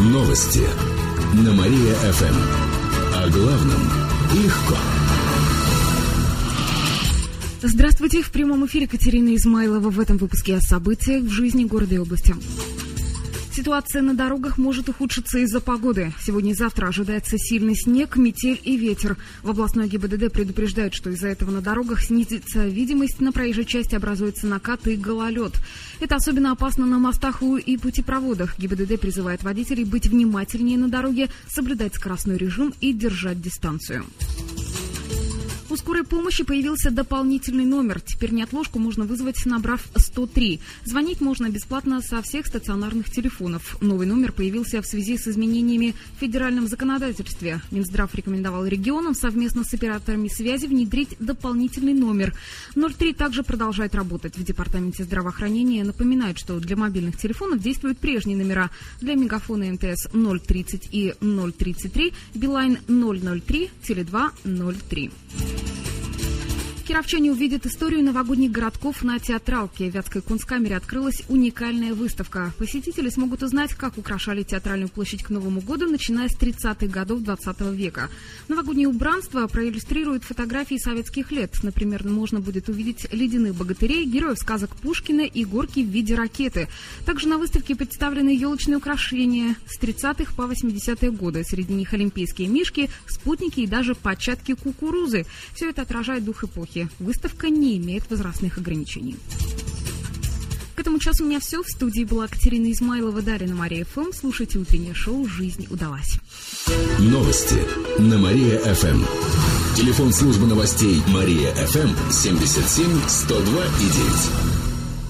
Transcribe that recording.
Новости на Мария-ФМ. О главном легко. Здравствуйте, в прямом эфире Катерина Измайлова. В этом выпуске о событиях в жизни города и области. Ситуация на дорогах может ухудшиться из-за погоды. Сегодня и завтра ожидается сильный снег, метель и ветер. В областной ГИБДД предупреждают, что из-за этого на дорогах снизится видимость, на проезжей части образуется накат и гололед. Это особенно опасно на мостах и путепроводах. ГИБДД призывает водителей быть внимательнее на дороге, соблюдать скоростной режим и держать дистанцию. У скорой помощи появился дополнительный номер. Теперь неотложку можно вызвать, набрав 103. Звонить можно бесплатно со всех стационарных телефонов. Новый номер появился в связи с изменениями в федеральном законодательстве. Минздрав рекомендовал регионам совместно с операторами связи внедрить дополнительный номер. 03 также продолжает работать. В Департаменте здравоохранения напоминают, что для мобильных телефонов действуют прежние номера. Для мегафона МТС 030 и 033, Билайн 003, Теле2 03. Кировчане увидят историю новогодних городков на театралке. В Вятской кунсткамере открылась уникальная выставка. Посетители смогут узнать, как украшали театральную площадь к Новому году, начиная с 30-х годов 20 века. Новогоднее убранство проиллюстрирует фотографии советских лет. Например, можно будет увидеть ледяных богатырей, героев сказок Пушкина и горки в виде ракеты. Также на выставке представлены елочные украшения с 30-х по 80-е годы. Среди них олимпийские мишки, спутники и даже початки кукурузы. Все это отражает дух эпохи. Выставка не имеет возрастных ограничений. К этому часу у меня все. В студии была Катерина Измайлова, Дарья на Мария-ФМ. Слушайте утреннее шоу «Жизнь удалась». Новости на Мария-ФМ. Телефон службы новостей Мария-ФМ 77 102 и 9.